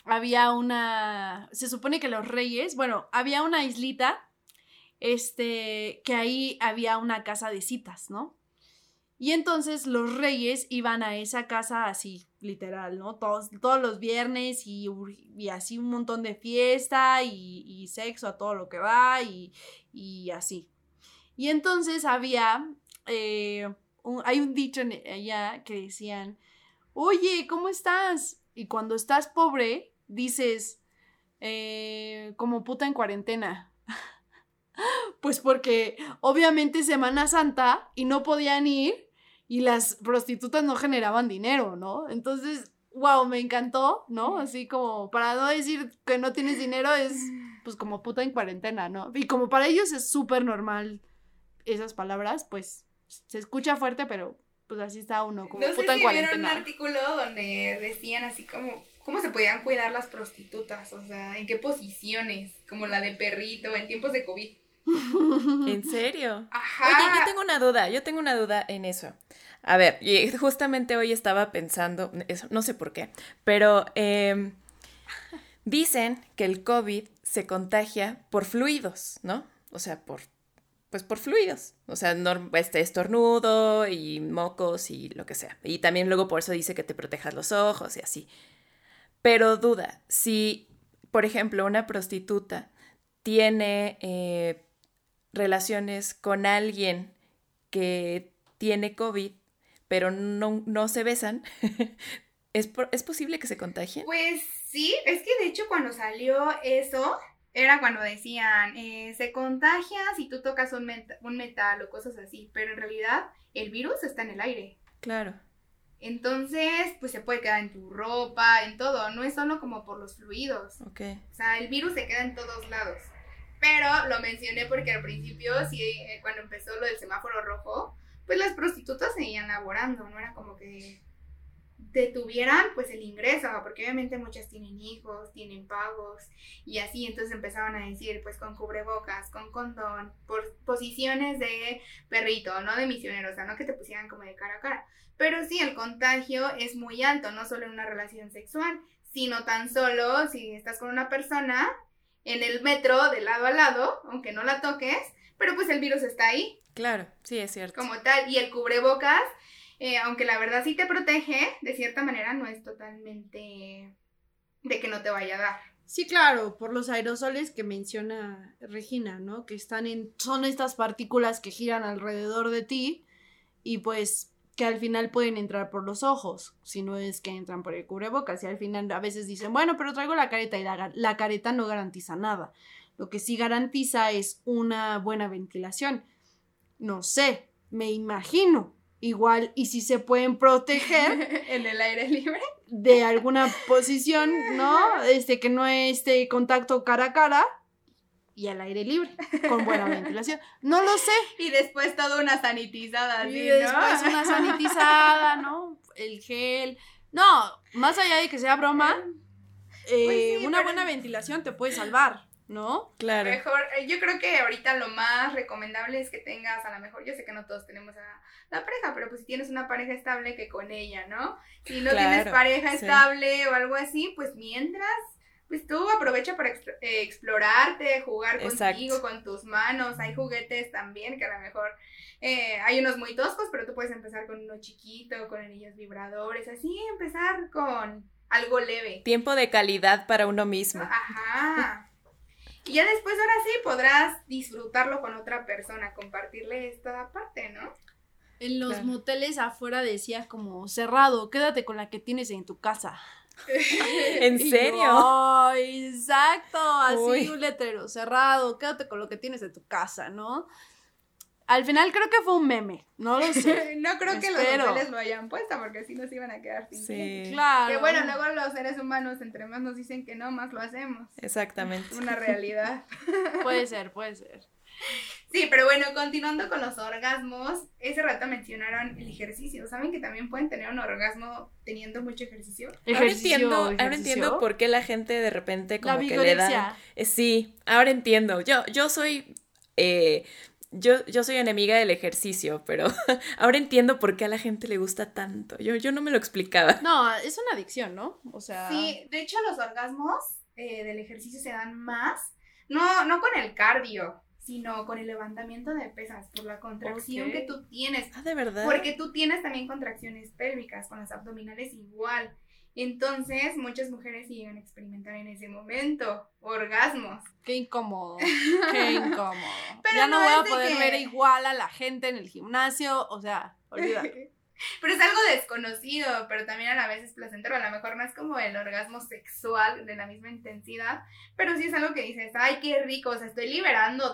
se supone que los reyes, bueno, había una islita, que ahí había una casa de citas, ¿no? Y entonces los reyes iban a esa casa así, literal, ¿no? Todos los viernes y así un montón de fiesta y sexo a todo lo que va y así. Y entonces había, hay un dicho allá que decían, oye, ¿cómo estás? Y cuando estás pobre, dices, como puta en cuarentena. Pues porque obviamente es Semana Santa y no podían ir y las prostitutas no generaban dinero, ¿no? Entonces, wow, me encantó, ¿no? Así como para no decir que no tienes dinero es pues como puta en cuarentena, ¿no? Y como para ellos es súper normal esas palabras, pues se escucha fuerte, pero pues así está uno, como No sé puta en si vieron un cuarentena. artículo donde decían así como cómo se podían cuidar las prostitutas, o sea, en qué posiciones, como la de perrito en tiempos de COVID. ¿En serio? Ajá. Oye, yo tengo una duda en eso. A ver, y justamente hoy estaba pensando, eso, no sé por qué, pero dicen que el COVID se contagia por fluidos, ¿no? O sea, por fluidos. O sea, estornudo y mocos y lo que sea. Y también luego por eso dice que te protejas los ojos y así. Pero duda, si, por ejemplo, una prostituta tiene relaciones con alguien que tiene COVID, pero no se besan, ¿es posible que se contagien? Pues sí, es que de hecho cuando salió eso, era cuando decían, se contagia si tú tocas un metal o cosas así, pero en realidad el virus está en el aire. Claro. Entonces, pues se puede quedar en tu ropa, en todo, no es solo como por los fluidos. Ok. O sea, el virus se queda en todos lados. Pero lo mencioné porque al principio, sí, cuando empezó lo del semáforo rojo, pues las prostitutas seguían laborando, no era como que detuvieran pues el ingreso, porque obviamente muchas tienen hijos, tienen pagos y así, entonces empezaban a decir pues con cubrebocas, con condón, por posiciones de perrito, no de misionero, o sea, no que te pusieran como de cara a cara, pero sí el contagio es muy alto, no solo en una relación sexual, sino tan solo si estás con una persona en el metro de lado a lado, aunque no la toques, pero pues el virus está ahí. Claro, sí, es cierto. Como tal, y el cubrebocas, aunque la verdad sí te protege, de cierta manera no es totalmente de que no te vaya a dar. Sí, claro, por los aerosoles que menciona Regina, ¿no? Que son estas partículas que giran alrededor de ti y pues que al final pueden entrar por los ojos, si no es que entran por el cubrebocas, y al final a veces dicen, bueno, pero traigo la careta, y la careta no garantiza nada. Lo que sí garantiza es una buena ventilación. No sé, me imagino. Igual, y si se pueden proteger en el aire libre de alguna posición, ¿no? Que no esté contacto cara a cara y al aire libre, con buena ventilación. No lo sé. Y después toda una sanitizada, Y ¿sí, después no? una sanitizada, ¿no? El gel. No, más allá de que sea broma, Pues sí, una pero buena ventilación te puede salvar, ¿no? Claro. Mejor, yo creo que ahorita lo más recomendable es que tengas, a lo mejor, yo sé que no todos tenemos a la pareja, pero pues si tienes una pareja estable, que con ella, ¿no? Si no tienes Claro, pareja sí. estable o algo así, pues mientras, pues tú aprovecha para explorarte, jugar Exacto. contigo, con tus manos. Hay juguetes también que a lo mejor hay unos muy toscos, pero tú puedes empezar con uno chiquito, con anillos vibradores, así empezar con algo leve. Tiempo de calidad para uno mismo. Ajá. Y ya después, ahora sí, podrás disfrutarlo con otra persona, compartirle esta parte, ¿no? En los Claro. moteles afuera decía como cerrado, quédate con la que tienes en tu casa. ¿En Y yo, serio? Ay, exacto, así Uy. un letrero, cerrado, quédate con lo que tienes en tu casa, ¿no? Al final creo que fue un meme, no lo sé. No creo que los Espero. hoteles lo hayan puesto, porque si nos iban a quedar sin clientes. Sí, Claro. Que bueno, luego los seres humanos, entre más nos dicen que no, más lo hacemos. exactamente. Una realidad. Puede ser, puede ser. Sí, pero bueno, continuando con los orgasmos, ese rato mencionaron el ejercicio. ¿Saben que también pueden tener un orgasmo teniendo mucho ejercicio? Ahora entiendo por qué la gente de repente como La que le da. vigorexia. Sí, ahora entiendo. Yo soy yo soy enemiga del ejercicio, pero ahora entiendo por qué a la gente le gusta tanto. Yo no me lo explicaba. No, es una adicción, ¿no? O sea. Sí, de hecho los orgasmos del ejercicio se dan más, no con el cardio, sino con el levantamiento de pesas, por la contracción Ok. que tú tienes. Ah, ¿de verdad? Porque tú tienes también contracciones pélvicas, con las abdominales igual. Entonces, muchas mujeres llegan a experimentar en ese momento orgasmos. Qué incómodo, qué incómodo. Pero ya no no voy es a de poder que- ver igual a la gente en el gimnasio, o sea, olvídate. Pero es algo desconocido, pero también a la vez es placentero. A lo mejor no es como el orgasmo sexual de la misma intensidad, pero sí es algo que dices, ay, qué rico, o sea, estoy liberando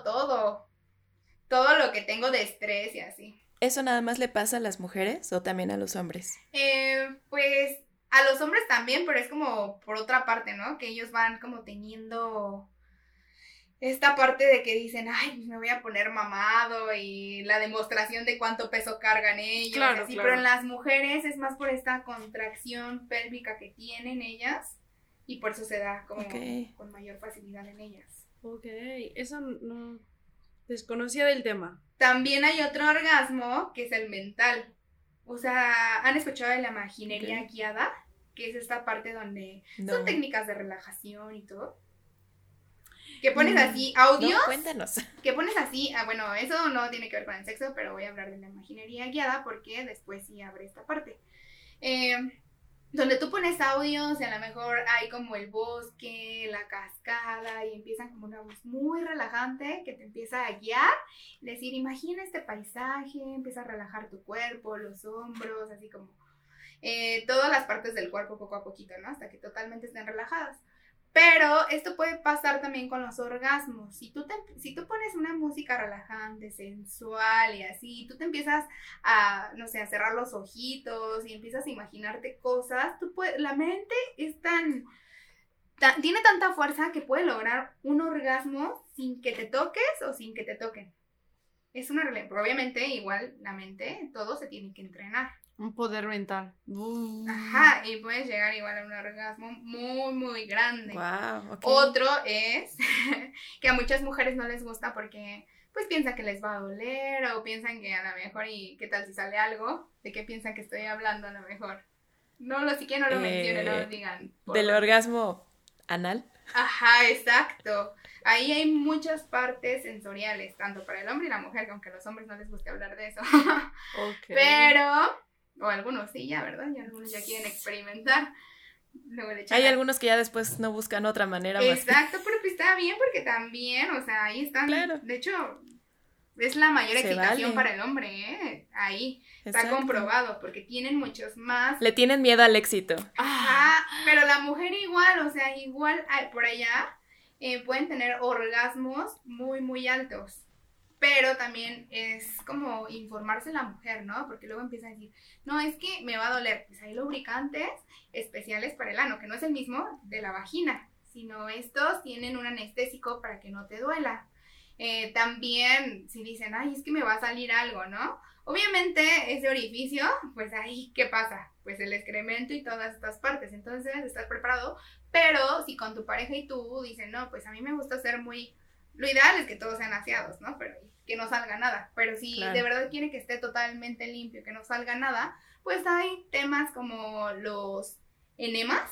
todo lo que tengo de estrés y así. ¿Eso nada más le pasa a las mujeres o también a los hombres? Pues a los hombres también, pero es como por otra parte, ¿no? Que ellos van como teniendo esta parte de que dicen, ay, pues me voy a poner mamado y la demostración de cuánto peso cargan ellos, Claro, y así, claro. pero en las mujeres es más por esta contracción pélvica que tienen ellas y por eso se da como Ok. con mayor facilidad en ellas. Ok, eso no. Desconocía del tema. También hay otro orgasmo que es el mental. O sea, ¿han escuchado de la imaginería Ok. guiada? Que es esta parte donde No. son técnicas de relajación y todo. Que pones Mm. así No, audios, cuéntanos. que pones así, bueno, eso no tiene que ver con el sexo, pero voy a hablar de la imaginería guiada porque después sí abre esta parte. Donde tú pones audios y a lo mejor hay como el bosque, la cascada y empiezan como una voz muy relajante que te empieza a guiar, decir, imagina este paisaje, empieza a relajar tu cuerpo, los hombros, así como todas las partes del cuerpo poco a poquito, ¿no? Hasta que totalmente estén relajadas. Pero esto puede pasar también con los orgasmos. Si tú pones una música relajante, sensual y así, tú te empiezas a, no sé, a cerrar los ojitos y empiezas a imaginarte cosas, la mente es tiene tanta fuerza que puede lograr un orgasmo sin que te toques o sin que te toquen. Es una realidad. Obviamente, igual la mente, todo se tiene que entrenar. Un poder mental. Ajá, y puedes llegar igual a un orgasmo muy, muy grande. Wow, okay. Otro es que a muchas mujeres no les gusta porque pues piensan que les va a doler o piensan que a lo mejor, y qué tal si sale algo, de qué piensan que estoy hablando a lo mejor. Si quieren no lo mencionen, no lo digan. ¿Del orgasmo anal? Ajá, exacto. Ahí hay muchas partes sensoriales, tanto para el hombre y la mujer, aunque a los hombres no les guste hablar de eso. Okay. Pero... O algunos sí, ya, ¿verdad? Y algunos ya quieren experimentar. Luego le echan Hay algunos que ya después no buscan otra manera más. Exacto, pero pues está bien porque también, o sea, ahí están. Claro. De hecho, es la mayor Se excitación vale. para el hombre, ¿eh? Ahí. Está Exacto. comprobado porque tienen muchos más. Le tienen miedo al éxito. Ajá, pero la mujer igual, o sea, igual por allá pueden tener orgasmos muy, muy altos. Pero también es como informarse la mujer, ¿no? Porque luego empieza a decir, no, es que me va a doler. Pues hay lubricantes especiales para el ano, que no es el mismo de la vagina, sino estos tienen un anestésico para que no te duela. También, si dicen, ay, es que me va a salir algo, ¿no? Obviamente, ese orificio, pues ahí, ¿qué pasa? Pues el excremento y todas estas partes. Entonces, estar preparado. Pero si con tu pareja y tú dicen, no, pues a mí me gusta ser muy... Lo ideal es que todos sean aseados, ¿no? Pero que no salga nada. Pero si Claro. de verdad quiere que esté totalmente limpio, que no salga nada, pues hay temas como los enemas,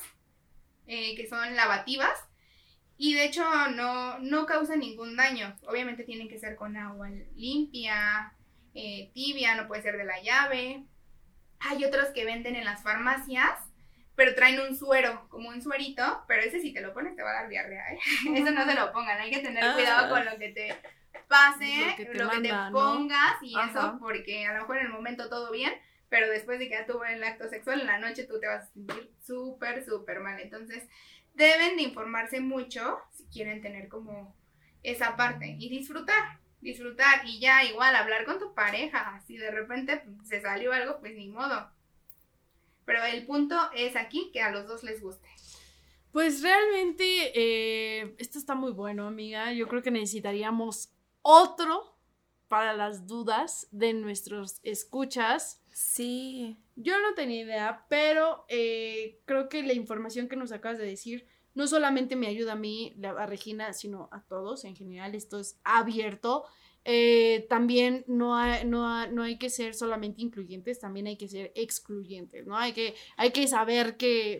que son lavativas, y de hecho no causan ningún daño. Obviamente tienen que ser con agua limpia, tibia, no puede ser de la llave. Hay otros que venden en las farmacias, pero traen un suero, como un suerito, pero ese si te lo pones te va a dar diarrea, ¿eh? Eso no se lo pongan, hay que tener cuidado con lo que te pase, lo que te pongas, ¿no? Y ajá. Eso, porque a lo mejor en el momento todo bien, pero después de que ya tuvo el acto sexual, en la noche tú te vas a sentir súper, súper mal. Entonces, deben de informarse mucho si quieren tener como esa parte y disfrutar, y ya igual hablar con tu pareja, si de repente se salió algo, pues ni modo. Pero el punto es aquí que a los dos les guste. Pues realmente esto está muy bueno, amiga. Yo creo que necesitaríamos otro para las dudas de nuestros escuchas. Sí. Yo no tenía idea, pero creo que la información que nos acabas de decir no solamente me ayuda a mí, a Regina, sino a todos en general. Esto es abierto. También no hay que ser solamente incluyentes, también hay que ser excluyentes, ¿no? Hay que saber que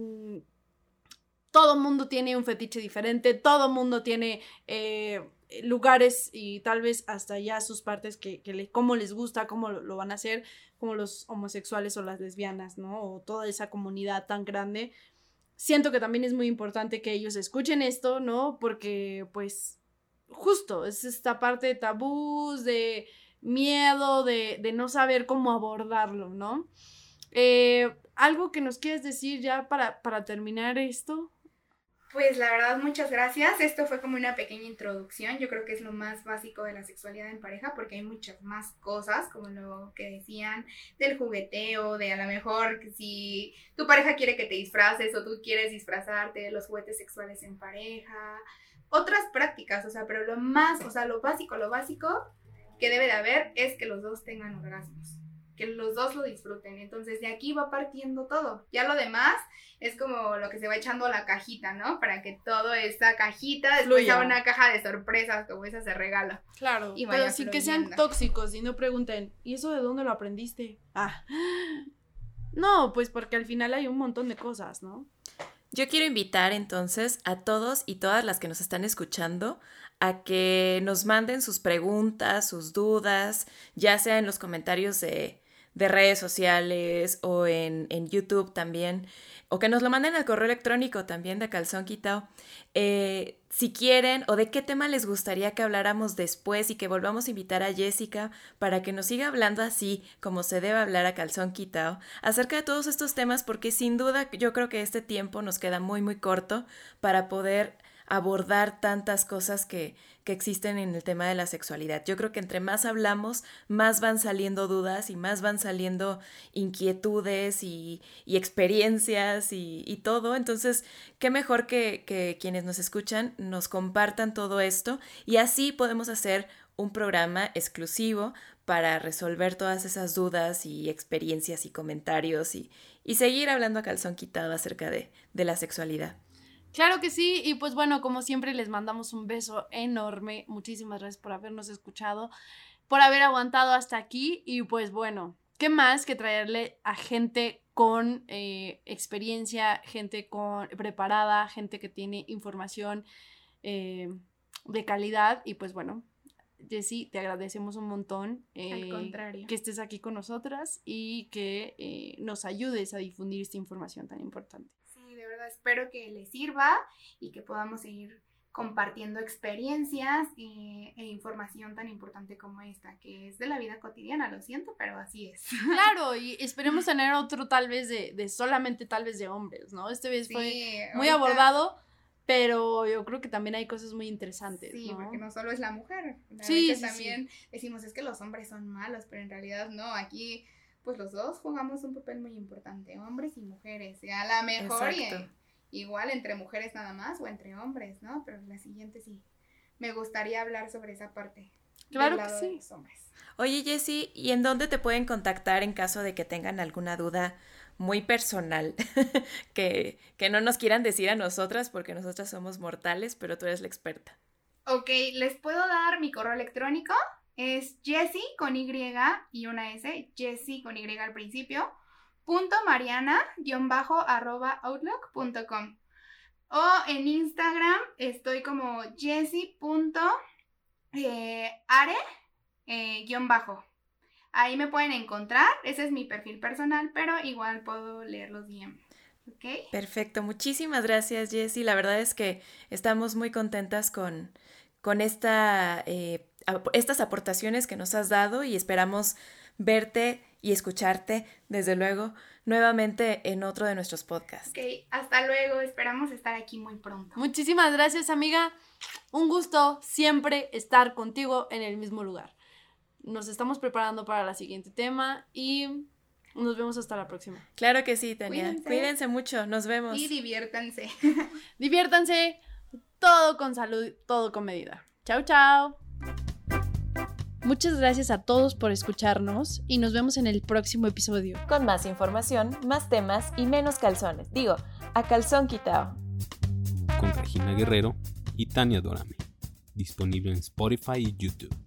todo mundo tiene un fetiche diferente, todo mundo tiene lugares y tal vez hasta ya sus partes cómo les gusta, cómo lo van a hacer, como los homosexuales o las lesbianas, ¿no? O toda esa comunidad tan grande. Siento que también es muy importante que ellos escuchen esto, ¿no? Porque, pues, justo, es esta parte de tabús, de miedo, de no saber cómo abordarlo, ¿no? ¿Algo que nos quieres decir ya para terminar esto? Pues la verdad, muchas gracias. Esto fue como una pequeña introducción. Yo creo que es lo más básico de la sexualidad en pareja, porque hay muchas más cosas, como lo que decían, del jugueteo, de a lo mejor que si tu pareja quiere que te disfraces o tú quieres disfrazarte, de los juguetes sexuales en pareja, otras prácticas, o sea, pero lo básico que debe de haber es que los dos tengan orgasmos, que los dos lo disfruten. Entonces de aquí va partiendo todo. Ya lo demás es como lo que se va echando a la cajita, ¿no? Para que toda esta cajita después sea una caja de sorpresas, como esa se regala. Claro, y pero sin que sean tóxicos y no pregunten, ¿y eso de dónde lo aprendiste? No, pues porque al final hay un montón de cosas, ¿no? Yo quiero invitar entonces a todos y todas las que nos están escuchando a que nos manden sus preguntas, sus dudas, ya sea en los comentarios de redes sociales o en YouTube también, o que nos lo manden al correo electrónico también de Calzón Quitao, si quieren o de qué tema les gustaría que habláramos después y que volvamos a invitar a Jessica para que nos siga hablando así como se debe hablar a Calzón Quitao acerca de todos estos temas, porque sin duda yo creo que este tiempo nos queda muy muy corto para poder abordar tantas cosas que existen en el tema de la sexualidad. Yo creo que entre más hablamos, más van saliendo dudas y más van saliendo inquietudes y experiencias y todo. Entonces, qué mejor que quienes nos escuchan nos compartan todo esto y así podemos hacer un programa exclusivo para resolver todas esas dudas y experiencias y comentarios y seguir hablando a calzón quitado acerca de la sexualidad. Claro que sí, y pues bueno, como siempre les mandamos un beso enorme, muchísimas gracias por habernos escuchado, por haber aguantado hasta aquí, y pues bueno, ¿qué más que traerle a gente con experiencia, gente preparada, gente que tiene información de calidad? Y pues bueno, Jessie, te agradecemos un montón al contrario, que estés aquí con nosotras y que nos ayudes a difundir esta información tan importante. De verdad espero que les sirva y que podamos seguir compartiendo experiencias e información tan importante como esta, que es de la vida cotidiana, lo siento, pero así es. Claro, y esperemos tener otro tal vez de solamente tal vez de hombres, ¿no? Este vez fue muy abordado, pero yo creo que también hay cosas muy interesantes, sí, ¿no? porque no solo es la mujer, sí, también decimos es que los hombres son malos, pero en realidad no, aquí pues los dos jugamos un papel muy importante, hombres y mujeres, y a la mejor igual entre mujeres nada más o entre hombres, ¿no? Pero la siguiente sí, me gustaría hablar sobre esa parte. Claro del lado que sí. De los hombres. Oye, Jessie, ¿y en dónde te pueden contactar en caso de que tengan alguna duda muy personal que no nos quieran decir a nosotras porque nosotras somos mortales, pero tú eres la experta? Ok, les puedo dar mi correo electrónico. Es Jessie con Y y una S, Jessie con Y al principio, @mariana_outlook.com. O en Instagram estoy como jessie.are_. Ahí me pueden encontrar, ese es mi perfil personal, pero igual puedo leer los DM. ¿Ok? Perfecto, muchísimas gracias, Jessie. La verdad es que estamos muy contentas con estas aportaciones que nos has dado y esperamos verte y escucharte, desde luego, nuevamente en otro de nuestros podcasts. Ok, hasta luego, esperamos estar aquí muy pronto. Muchísimas gracias, amiga. Un gusto siempre estar contigo en el mismo lugar. Nos estamos preparando para el siguiente tema y nos vemos hasta la próxima. Claro que sí, Tania. Cuídense mucho, nos vemos. Y diviértanse. Diviértanse, todo con salud, todo con medida. Chao, chao. Muchas gracias a todos por escucharnos y nos vemos en el próximo episodio. Con más información, más temas y menos calzones. Digo, a calzón quitao. Con Regina Guerrero y Tania Dorame. Disponible en Spotify y YouTube.